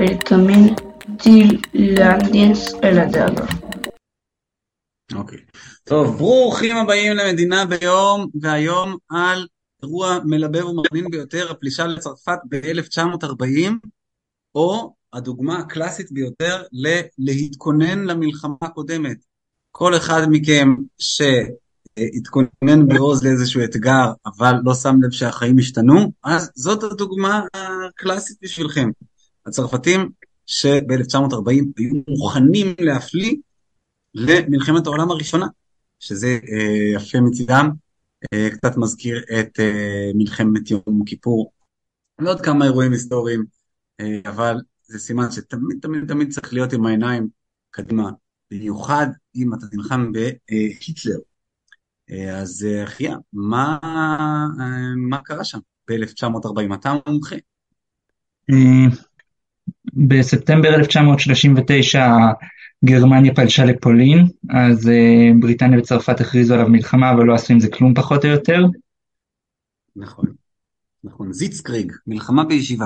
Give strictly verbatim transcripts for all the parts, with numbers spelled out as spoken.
Aparentemente Landens Eladaba. אוקיי. טוב, ברוכים הבאים למדינה ביום, והיום על אירוע מלבב ומרנין ביותר, הפלישה לצרפת ב-אלף תשע מאות ארבעים, או הדוגמה הקלאסית ביותר ל- להתכונן למלחמה הקודמת. כל אחד מכם שהתכונן בעוז לאיזשהו אתגר, אבל לא שם לב שהחיים השתנו, אז זאת הדוגמה הקלאסית בשבילכם. הצרפתים שב-אלף תשע מאות ארבעים היו מוכנים להפליא למלחמת העולם הראשונה, שזה אה, יפה מצידם, אה, קצת מזכיר את אה, מלחמת יום כיפור, ועוד כמה אירועים היסטוריים, אה, אבל זה סימן שתמיד תמיד תמיד צריך להיות עם העיניים קדימה, במיוחד אם אתה נלחם בהיטלר. אה, אז אה, אחיה, מה, אה, מה קרה שם ב-אלף תשע מאות ארבעים? אתה מומחה. אה, בספטמבר אלף תשע מאות שלושים ותשע גרמניה פלשה לפולין, אז אה, בריטניה וצרפת הכריזו עליו מלחמה, אבל לא עשו עם זה כלום פחות או יותר. נכון, נכון, זיצקריג, מלחמה בישיבה.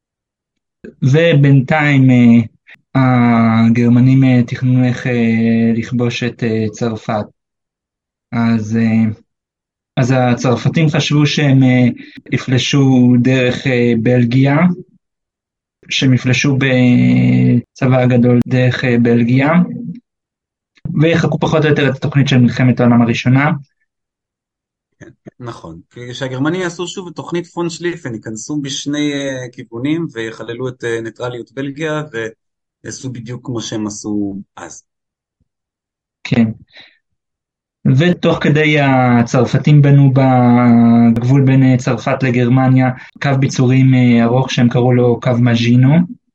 ובינתיים אה, הגרמנים אה, תכננו איך אה, לכבוש את אה, צרפת. אז, אה, אז הצרפתים חשבו שהם אה, יפלשו דרך אה, בלגיה, שהם יפלשו בצבא הגדול דרך אה, בלגיה, ויחקו פחות או יותר את התוכנית של מלחמת העולם הראשונה. כן, נכון, כשהגרמנים יעשו שוב את תוכנית פון שליפן, ייכנסו בשני uh, כיוונים ויחללו את uh, ניטרליות בלגיה ויעשו בדיוק כמו שהם עשו אז. כן. ותוך כדי הצרפתים בנו בגבול בין צרפת לגרמניה קו ביצורים אה, ארוך שהם קראו לו קו מז'ינו.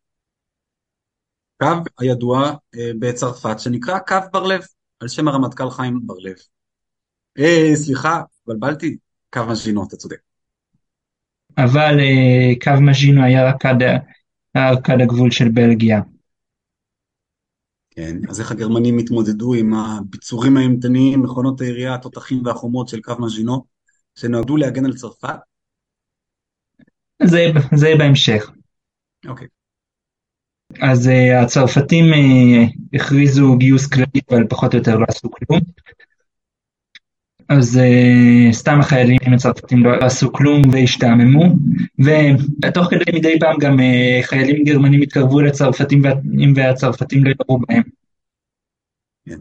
קו הידוע uh, בצרפת שנקרא קו בר לב, על שם הרמטכ"ל חיים בר לב. אה, סליחה, בלבלתי, קו מז'ינו, אתה צודק. אבל אה, קו מז'ינו היה רק עד, היה רק עד הגבול של בלגיה. כן, אז איך הגרמנים התמודדו עם הביצורים האימתניים, מכונות העירייה, התותחים והחומות של קו מז'ינו, שנועדו להגן על צרפת? זה, זה בהמשך. אוקיי. אז uh, הצרפתים uh, הכריזו גיוס כללי, אבל פחות או יותר לא עשו כלום. אז uh, סתם החיילים הצרפתים לא עשו כלום והשתעממו, ותוך כדי מדי פעם גם uh, חיילים גרמנים התקרבו לצרפתים והצרפתים לא ירו בהם. כן.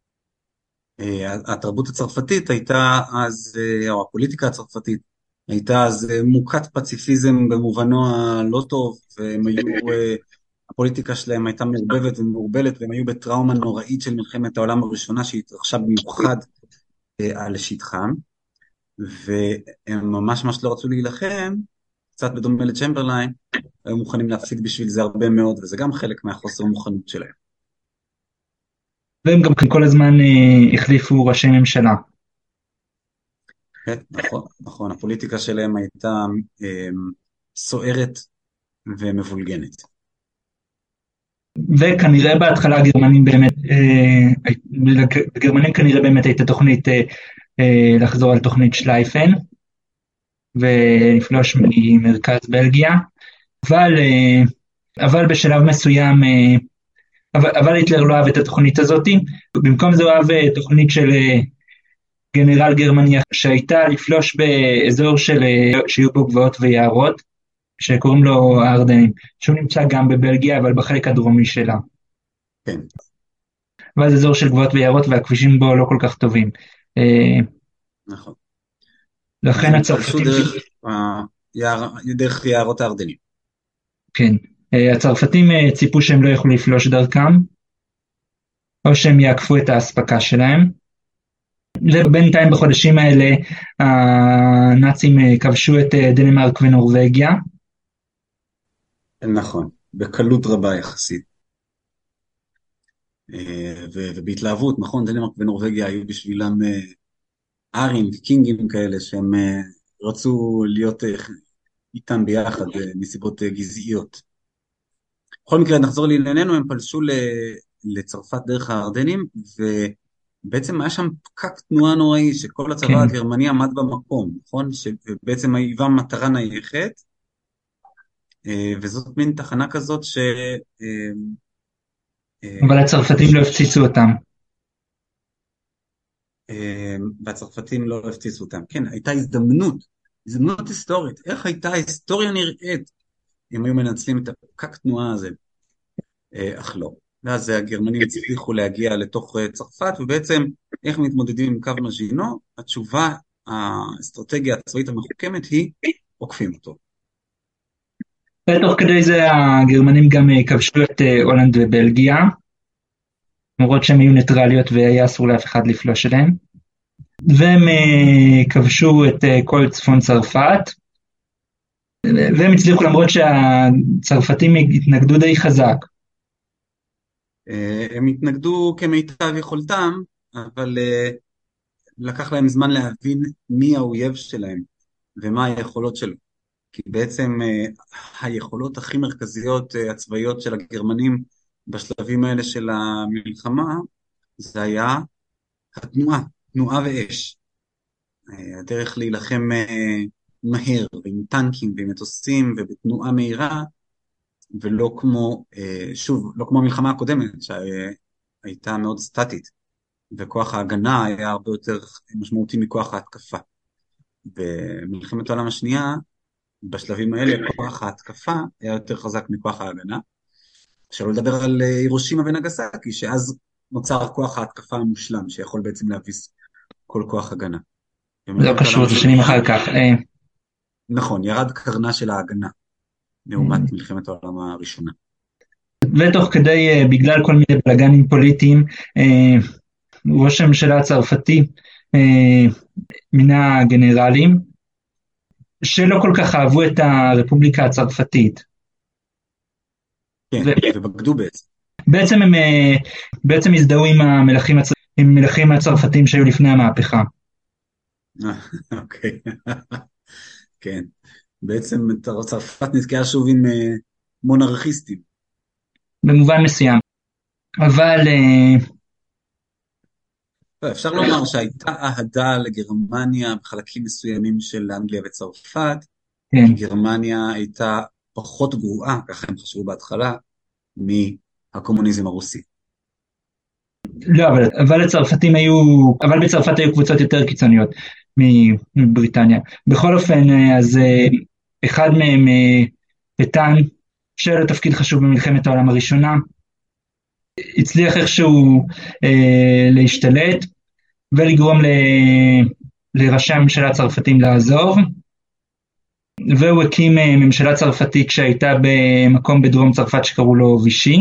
התרבות הצרפתית הייתה אז, או הפוליטיקה הצרפתית, הייתה אז מוכת פציפיזם במובנו הלא טוב, והם היו, הפוליטיקה שלהם הייתה מעורבבת ומעורבלת, והם היו בטראומה נוראית של מלחמת העולם הראשונה, שהתרחשה במיוחד על שטחם, והם ממש ממש לא רצו להילחם, קצת בדומה לצ'מברליין, היו מוכנים להפסיד בשביל זה הרבה מאוד, וזה גם חלק מהחוסר מוכנות שלהם. והם גם כל הזמן uh, החליפו ראשי ממשלה. כן, נכון, נכון, הפוליטיקה שלהם הייתה אה, סוערת ומבולגנת. וכנראה בהתחלה הגרמנים באמת, אה, בגרמנים כנראה באמת הייתה תוכנית אה, אה, לחזור על תוכנית שלייפן, ולפלוש ממרכז בלגיה, אבל, אה, אבל בשלב מסוים, אה, אבל, אבל היטלר לא אהב את התוכנית הזאת, במקום זה הוא אהב אה, תוכנית של אה, גנרל גרמניה, שהייתה לפלוש באזור של, אה, שיהיו בו גבעות ויערות, שקוראים לו הארדנים, שהוא נמצא גם בבלגיה, אבל בחלק הדרומי שלה. כן. ואז אזור של גבעות ויערות, והכבישים בו לא כל כך טובים. אה, נכון. אז לכן הם פלשו הצרפתים, דרך, אה, יער, דרך יערות הארדנים. כן, אה, הצרפתים אה, ציפו שהם לא יוכלו לפלוש דרכם, או שהם יעקפו את האספקה שלהם. ובינתיים בחודשים האלה, הנאצים אה, כבשו את אה, דנמרק ונורווגיה. נכון, בקלות רבה יחסית. אה, ו- ובהתלהבות, נכון, דנמרק ונורווגיה היו בשבילם אה, ארים וקינגים כאלה, שהם אה, רצו להיות אה, איתם ביחד אה, מסיבות אה, גזעיות. בכל מקרה, נחזור לענייננו, הם פלשו ל- לצרפת דרך הארדנים, ובעצם היה שם פקק תנועה נוראי, שכל הצבא כן, הגרמני עמד במקום, נכון? שבעצם היווה מטרה נייחת, אה, וזאת מין תחנה כזאת ש... אה, אבל אה, הצרפתים ש... לא הפציצו אותם. אה, והצרפתים לא הפציצו אותם. כן, הייתה הזדמנות, הזדמנות היסטורית. איך הייתה ההיסטוריה נראית אם היו מנצלים את הפקק תנועה הזה? אה, אך לא. ואז הגרמנים הצליחו להגיע לתוך אה, צרפת, ובעצם איך מתמודדים עם קו מז'ינו? התשובה, האסטרטגיה הצבאית המחוכמת היא עוקפים אותו. ותוך כדי זה הגרמנים גם אה, כבשו את אה, הולנד ובלגיה, למרות שהן היו ניטרליות והיה אסור לאף אחד לפלוש אליהן, והם אה, כבשו את אה, כל צפון צרפת, והם הצליחו למרות שהצרפתים התנגדו די חזק. אה, הם התנגדו כמיטב יכולתם, אבל אה, לקח להם זמן להבין מי האויב שלהם ומה היכולות שלו. כי בעצם אה, היכולות הכי מרכזיות אה, הצבאיות של הגרמנים בשלבים האלה של המלחמה, זה היה התנועה, תנועה ואש. אה, הדרך להילחם אה, מהר, ועם טנקים ועם מטוסים ובתנועה מהירה, ולא כמו, אה, שוב, לא כמו המלחמה הקודמת, שהייתה מאוד סטטית, וכוח ההגנה היה הרבה יותר משמעותי מכוח ההתקפה. במלחמת העולם השנייה, בשלבים האלה, כוח ההתקפה היה יותר חזק מכוח ההגנה, שלא לדבר על אה, הירושימה ונגסקי, שאז נוצר כוח ההתקפה המושלם, שיכול בעצם להביס כל כוח הגנה. לא במלחמת העולם קשור, זה שנים השנייה, אחר כך. אה, נכון, ירד קרנה של ההגנה, לעומת מלחמת העולם הראשונה. ותוך כדי, אה, בגלל כל מיני בלגנים פוליטיים, אה, ראש הממשלה הצרפתי אה, מינה גנרלים, שלא כל כך אהבו את הרפובליקה הצרפתית. כן, ובגדו בעצם. ובעצם הם אה, בעצם הזדהו עם המלכים, הצר... עם מלכים הצרפתים שהיו לפני המהפכה. אוקיי, כן. בעצם צרפת נתקעה שוב עם אה, מונרכיסטים. במובן מסוים. אבל אה, לא, אפשר לומר שהייתה אהדה לגרמניה בחלקים מסוימים של אנגליה וצרפת, כן. כי גרמניה הייתה פחות גרועה, ככה הם חשבו בהתחלה, מהקומוניזם הרוסי. לא, אבל, אבל הצרפתים היו, אבל בצרפת היו קבוצות יותר קיצוניות מבריטניה. בכל אופן, אה, אז אה, אחד מהם, אה, פטן, שהיה לו תפקיד חשוב במלחמת העולם הראשונה, הצליח איכשהו אה, להשתלט ולגרום ל, לראשי הממשלה הצרפתים לעזוב, והוא הקים אה, ממשלה צרפתית שהייתה במקום בדרום צרפת שקראו לו וישי.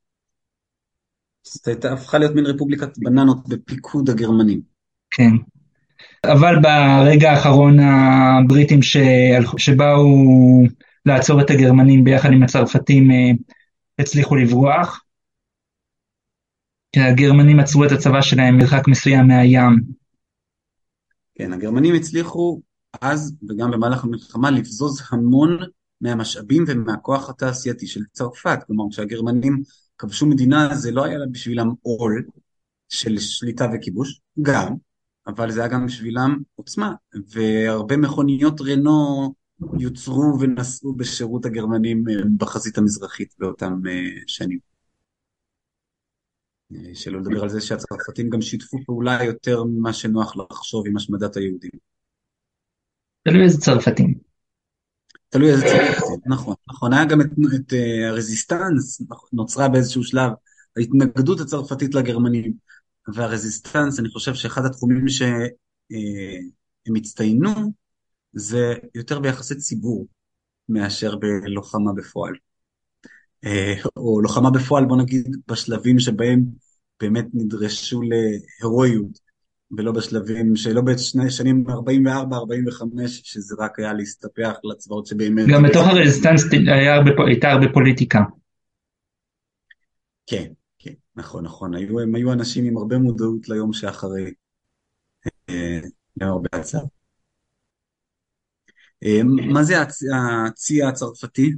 זאת הייתה, הפכה להיות מין רפובליקת בננות בפיקוד הגרמנים. כן. אבל ברגע האחרון הבריטים שהלכו- שבאו לעצור את הגרמנים ביחד עם הצרפתים אה, הצליחו לברוח. כי הגרמנים עצרו את הצבא שלהם מרחק מסוים מהים. כן, הגרמנים הצליחו אז וגם במהלך המלחמה לבזוז המון מהמשאבים ומהכוח התעשייתי של צרפת. כלומר, כשהגרמנים כבשו מדינה, זה לא היה בשבילם עול של שליטה וכיבוש, גם, אבל זה היה גם בשבילם עוצמה, והרבה מכוניות רנו יוצרו ונסעו בשירות הגרמנים אה, בחזית המזרחית באותם אה, שנים. אה, שלא לדבר על זה שהצרפתים גם שיתפו פעולה יותר ממה שנוח לחשוב עם השמדת היהודים. תלוי איזה צרפתים. תלוי איזה צרפתים, נכון, נכון, היה גם את, את uh, הרזיסטנס, נוצרה באיזשהו שלב, ההתנגדות הצרפתית לגרמנים, והרזיסטנס, אני חושב שאחד התחומים שהם uh, הצטיינו, זה יותר ביחסי ציבור, מאשר בלוחמה בפועל. Uh, או לוחמה בפועל, בוא נגיד, בשלבים שבהם באמת נדרשו להירואיות, ולא בשלבים, שלא בשנים ארבעים וארבע ארבעים וחמש, שזה רק היה להסתפח לצבאות שבאמת... גם בתוך הרזיסטנס היה הרבה, הייתה הרבה פוליטיקה. כן, כן, נכון, נכון. היו, הם היו אנשים עם הרבה מודעות ליום שאחרי, אה, למרבה הצער. אה, מה זה הצי, הצי הצרפתי?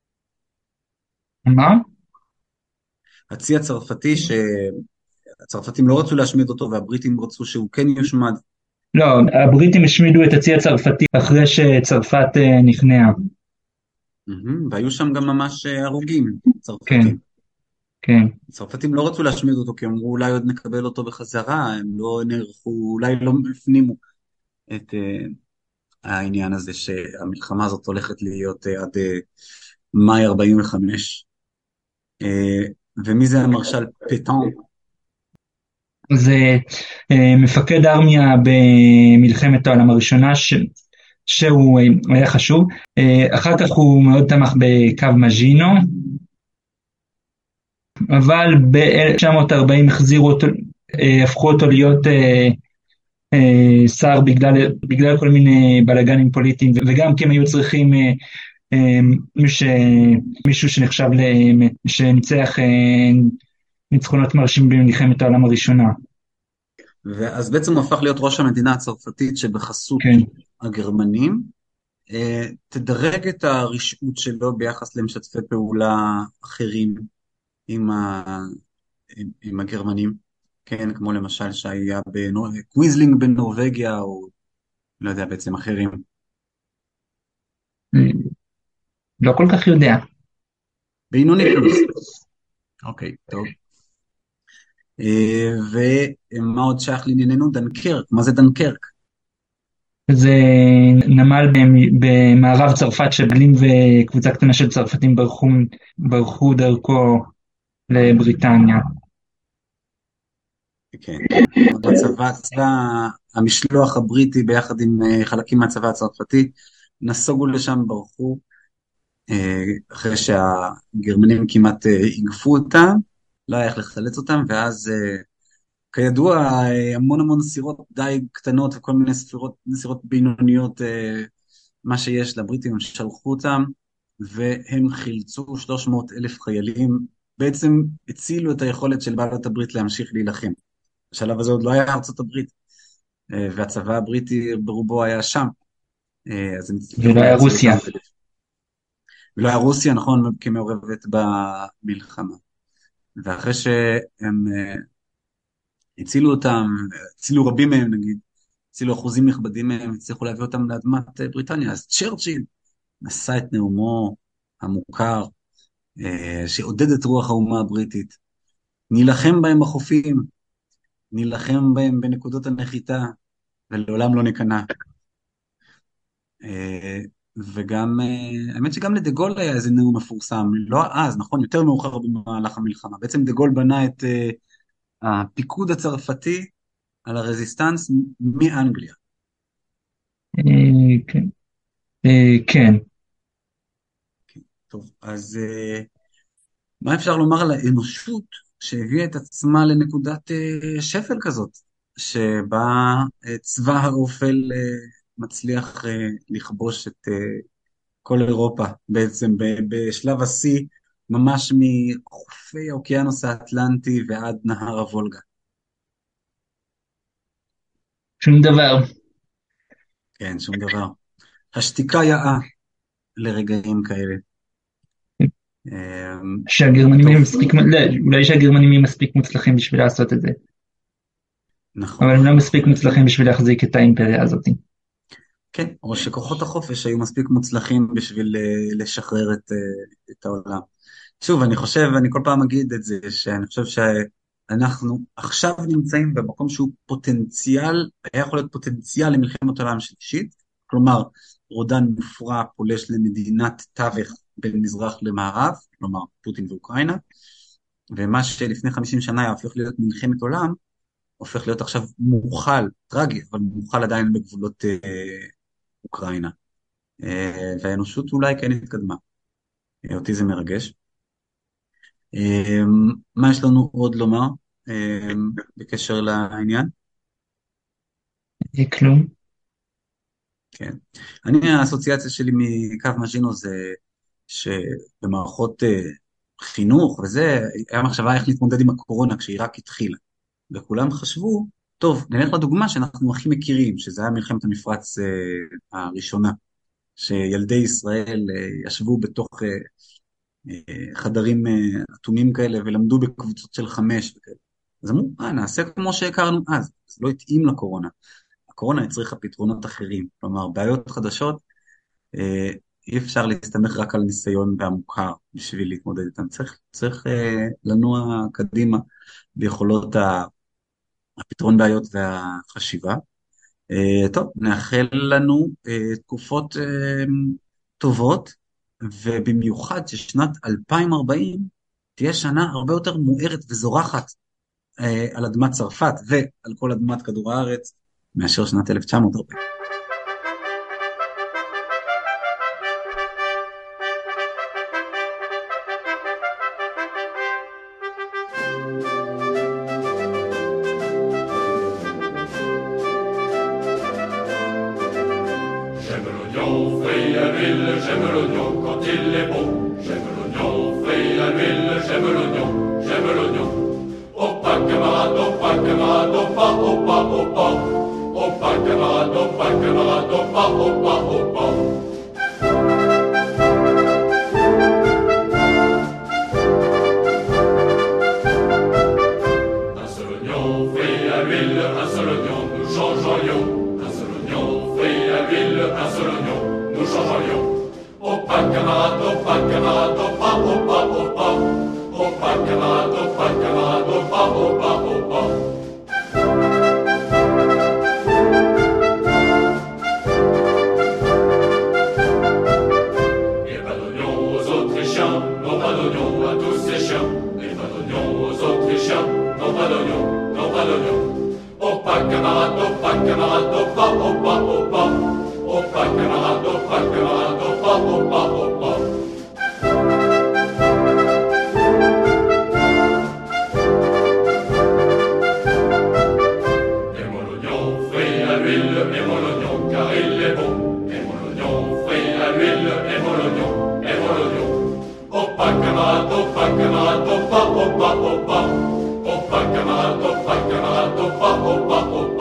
מה? הצי הצרפתי שהצרפתים לא רצו להשמיד אותו, והבריטים רצו שהוא כן יושמד. לא, הבריטים השמידו את הצי הצרפתי אחרי שצרפת אה, נכנעה. מהמם, והיו שם גם ממש אה, הרוגים, כן, צרפתים. כן. הצרפתים לא רצו להשמיד אותו, כי אמרו אולי עוד נקבל אותו בחזרה, הם לא נערכו, אולי לא הפנימו את אה, העניין הזה שהמלחמה הזאת הולכת להיות אה, עד אה, מאי ארבעים וחמש. אה, ומי זה המרשל פטון? זה אה, מפקד ארמיה במלחמת העולם הראשונה, ש, שהוא אה, היה חשוב. אה, אחר כך הוא מאוד תמך בקו מז'ינו, אבל ב-אלף תשע מאות וארבעים החזירו אותו, אה, הפכו אותו להיות אה, אה, שר בגלל, בגלל כל מיני בלגנים פוליטיים, וגם כי הם היו צריכים אה, אה, מיש, מישהו שנחשב, ל- שניצח אה, ניצחונות מרשים במלחמת העולם הראשונה. ואז בעצם הוא הפך להיות ראש המדינה הצרפתית שבחסות כן. הגרמנים, אה, תדרג את הרשעות שלו ביחס למשתפי פעולה אחרים עם, ה... עם, עם הגרמנים, כן, כמו למשל שהיה בנור... קוויזלינג בנורווגיה, או לא יודע בעצם אחרים. לא כל כך יודע. בינוני פלוס. אוקיי, טוב. אה, ומה עוד שייך לענייננו? דנקרק. מה זה דנקרק? זה נמל במערב צרפת שבלין וקבוצה קטנה של צרפתים ברחו, ברחו דרכו לבריטניה. כן. הצבא, צבא המשלוח הבריטי ביחד עם אה, חלקים מהצבא הצרפתי נסוגו לשם, ברחו, אה, אחרי שהגרמנים כמעט אה, עיגפו אותם, לא היה איך לחלץ אותם, ואז אה, כידוע אה, המון המון סירות די קטנות וכל מיני ספירות, סירות בינוניות, אה, מה שיש לבריטים, הם שלחו אותם, והם חילצו שלוש מאות אלף חיילים, בעצם הצילו את היכולת של בעלות הברית להמשיך להילחם. בשלב הזה עוד לא היה ארצות הברית, אה, והצבא הבריטי ברובו היה שם, אה, אז הם ולא הצליחו היה להציל רוסיה. אותם. ולא היה רוסיה, נכון, כמעורבת במלחמה. ואחרי שהם אה, הצילו אותם, הצילו רבים מהם נגיד, הצילו אחוזים נכבדים מהם, הצליחו להביא אותם לאדמת אה, בריטניה, אז צ'רצ'יל נשא את נאומו המוכר, אה, שעודד את רוח האומה הבריטית. נילחם בהם בחופים, נילחם בהם בנקודות הנחיתה, ולעולם לא ניכנע. אה, וגם, אה, האמת שגם לדה גול היה איזה נאום מפורסם, לא אז, נכון, יותר מאוחר במהלך המלחמה. בעצם דה גול בנה את אה, הפיקוד הצרפתי על הרזיסטנס מאנגליה. אה, כן. אה, כן. טוב, אז אה, מה אפשר לומר על האנושות שהביאה את עצמה לנקודת אה, שפל כזאת, שבה אה, צבא האופל אה, מצליח אה, לכבוש את אה, כל אירופה, בעצם ב- בשלב השיא, ממש מחופי האוקיינוס האטלנטי ועד נהר הוולגה. שום דבר. כן, שום דבר. השתיקה יאה לרגעים כאלה. אמ, שהגרמנים טוב, היו מספיק, לא, אולי שהגרמנים היו מספיק מוצלחים בשביל לעשות את זה, נכון. אבל הם לא מספיק מוצלחים בשביל להחזיק את האימפריה הזאת. כן, או שכוחות החופש היו מספיק מוצלחים בשביל אה, לשחרר את, אה, את העולם. שוב, אני חושב, אני כל פעם אגיד את זה, שאני חושב שאנחנו עכשיו נמצאים במקום שהוא פוטנציאל, היה יכול להיות פוטנציאל למלחמת עולם שלישית, כלומר, רודן מופרע פולש למדינת תווך בין מזרח למערב, כלומר, פוטין ואוקראינה, ומה שלפני חמישים שנה היה הופך להיות מלחמת עולם, הופך להיות עכשיו מוכל, טרגי, אבל מוכל עדיין בגבולות אה, אוקראינה. אה, והאנושות אולי כן התקדמה. אה, אותי זה מרגש. אה, מה יש לנו עוד לומר אה, בקשר לעניין? זה כלום. כן. אני, האסוציאציה שלי מקו מז'ינו זה שבמערכות אה, חינוך וזה, היה מחשבה איך להתמודד עם הקורונה כשהיא רק התחילה. וכולם חשבו, טוב, נלך לדוגמה שאנחנו הכי מכירים, שזה היה מלחמת המפרץ אה, הראשונה, שילדי ישראל אה, ישבו בתוך אה, אה, חדרים אה, אטומים כאלה ולמדו בקבוצות של חמש וכאלה. אז אמרו, אה, נעשה כמו שהכרנו אז, זה לא התאים לקורונה. הקורונה הצריכה פתרונות אחרים, כלומר בעיות חדשות, אה, אי אפשר להסתמך רק על ניסיון והמוכר בשביל להתמודד איתם. צריך, צריך אה, לנוע קדימה ביכולות ה- הפתרון בעיות והחשיבה. אה, טוב, נאחל לנו אה, תקופות אה, טובות, ובמיוחד ששנת אלפיים וארבעים תהיה שנה הרבה יותר מוארת וזורחת אה, על אדמת צרפת ועל כל אדמת כדור הארץ מאשר שנת אלף תשע מאות וארבעים. J'aime l'oignon frit à l'huile, j'aime l'oignon quand il est bon. J'aime l'oignon frit à l'huile, j'aime l'oignon, j'aime l'oignon. Oh pas camarade, oh pas camarade, oh pas, oh pas, oh pas. Oh pas camarade, oh pas camarade, oh pas, oh pas, oh pas. Un seul oignon frit à l'huile, un seul oignon, nous changeons. Un seul oignon frit à l'huile, un seul oignon, nous changeons. Oh pas camarade, oh pas camarade, oh pas, oh pas, oh pas. Oh pas camarade, oh pas camarade, oh pas, oh pas, oh pas. Et pas d'oignon aux Autrichiens, non pas d'oignon à tous ces chiens. Et pas d'oignon aux Autrichiens, non pas d'oignon, non pas d'oignon. Oh pas camarade, oh pas camarade, oh pas, oh pas, oh pas. Oh pas camarade, oh pas camarade, oh pas, oh pas, oh pas. Et mon oignon frit à l'huile, et mon oignon car il est bon. Et mon oignon frit à l'huile, et mon oignon, et mon oignon. Oh pas camarade, oh pas camarade, oh pas, oh pas, oh pas. Oh pas camarade, oh pas camarade, oh pas, oh pas, oh pas.